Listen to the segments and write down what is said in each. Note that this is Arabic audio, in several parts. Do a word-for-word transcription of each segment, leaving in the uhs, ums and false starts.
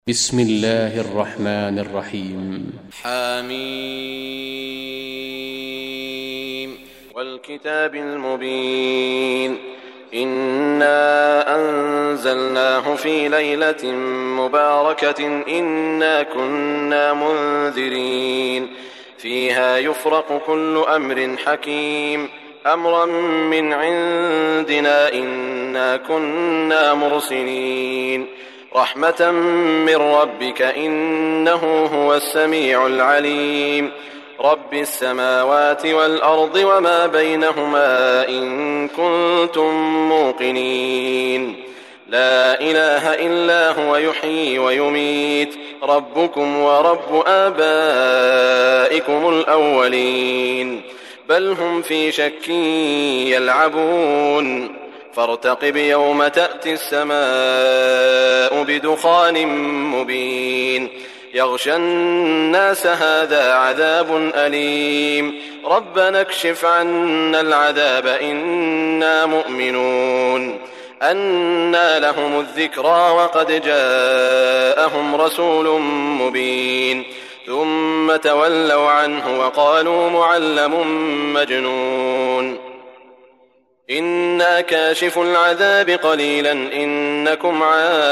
بسم الله الرحمن الرحيم. حميم والكتاب المبين. إنا أنزلناه في ليلة مباركة إنا كنا منذرين فيها يفرق كل أمر حكيم أمرا من عندنا إنا كنا مرسلين رحمة من ربك إنه هو السميع العليم رب السماوات والأرض وما بينهما إن كنتم موقنين لا إله إلا هو يحيي ويميت ربكم ورب آبائكم الأولين بل هم في شك يلعبون فارتقب يوم تأتي السماء بدخان مبين يغشى الناس هذا عذاب أليم ربنا اكشف عنا العذاب إنا مؤمنون أنى لهم الذكرى وقد جاءهم رسول مبين ثم تولوا عنه وقالوا معلم مجنون إنا كاشف العذاب قليلا إنكم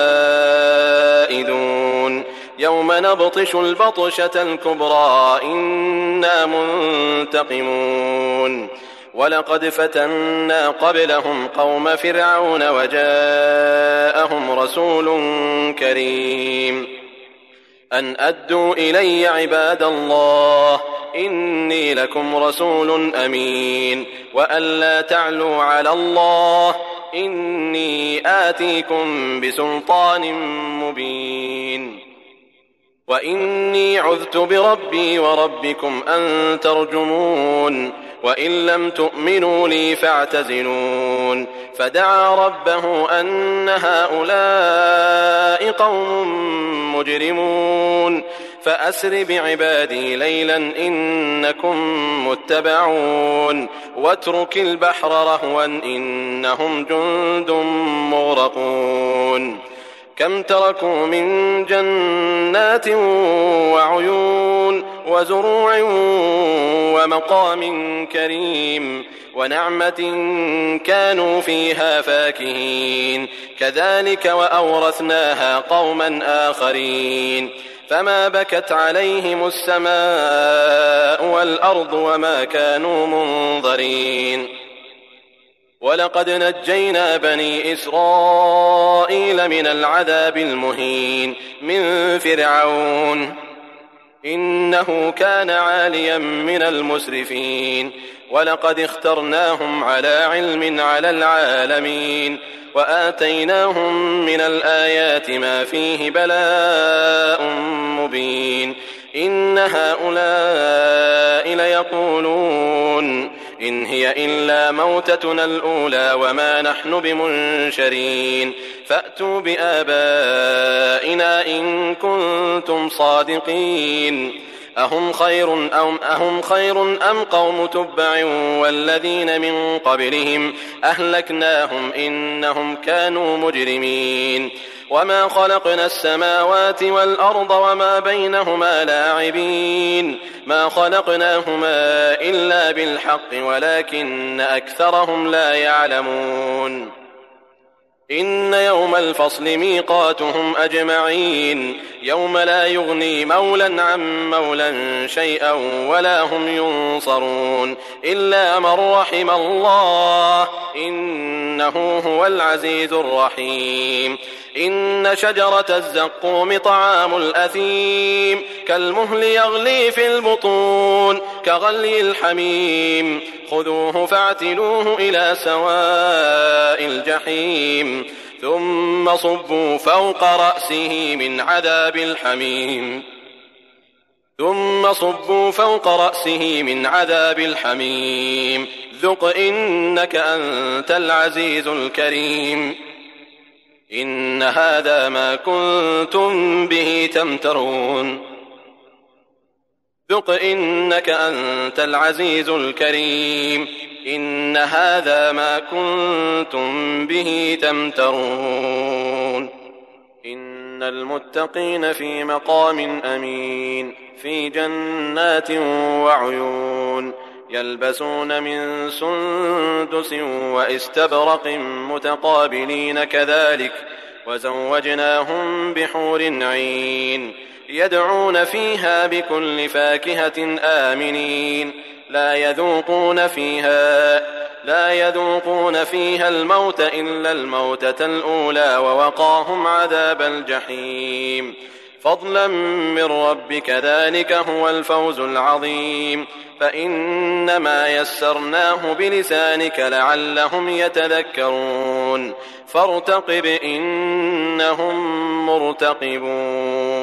عائدون يوم نبطش البطشة الكبرى إنا منتقمون ولقد فتنا قبلهم قوم فرعون وجاءهم رسول كريم أن أدوا إلي عباد الله إني لكم رسول أمين وأن لا تعلوا على الله إني آتيكم بسلطان مبين وإني عذت بربي وربكم أن ترجمون وإن لم تؤمنوا لي فاعتزلون فدعا ربه أن هؤلاء قوم مجرمون فأسر بعبادي ليلا إنكم متبعون واترك البحر رهوا إنهم جند مغرقون كم تركوا من جنات وعيون وزروع ومقام كريم ونعمة كانوا فيها فاكهين كذلك وأورثناها قوما آخرين فما بكت عليهم السماء والأرض وما كانوا منظرين ولقد نجينا بني إسرائيل من العذاب المهين من فرعون إنه كان عاليا من المسرفين ولقد اخترناهم على علم على العالمين وآتيناهم من الآيات ما فيه بلاء مبين إن هؤلاء ليقولون إن هي إلا موتتنا الأولى وما نحن بمنشرين فأتوا بآبائنا إن كنتم صادقين أهم خير أم, أهم خير أم قوم تبع والذين من قبلهم أهلكناهم إنهم كانوا مجرمين وما خلقنا السماوات والأرض وما بينهما لاعبين ما خلقناهما إلا بالحق ولكن أكثرهم لا يعلمون إن يوم الفصل ميقاتهم أجمعين يوم لا يغني مولا عن مولا شيئا ولا هم ينصرون إلا من رحم الله إنه هو العزيز الرحيم إن شجرة الزقوم طعام الأثيم كالمهل يغلي في البطون كغلي الحميم خذوه فاعتلوه إلى سواء الجحيم ثم صبوا فوق رأسه من عذاب الحميم ثم صبوا فوق رأسه من عذاب الحميم ذق إنك أنت العزيز الكريم إن هذا ما كنتم به تمترون ذق إنك أنت العزيز الكريم إن هذا ما كنتم به تمترون إن إن المتقين في مقام أمين في جنات وعيون يلبسون من سندس وإستبرق متقابلين كذلك وزوجناهم بحور عين يدعون فيها بكل فاكهة آمنين لا يذوقون فيها لا يذوقون فيها الموت إلا الموتة الأولى ووقاهم عذاب الجحيم فضلا من ربك ذلك هو الفوز العظيم فإنما يسرناه بلسانك لعلهم يتذكرون فارتقب إنهم مرتقبون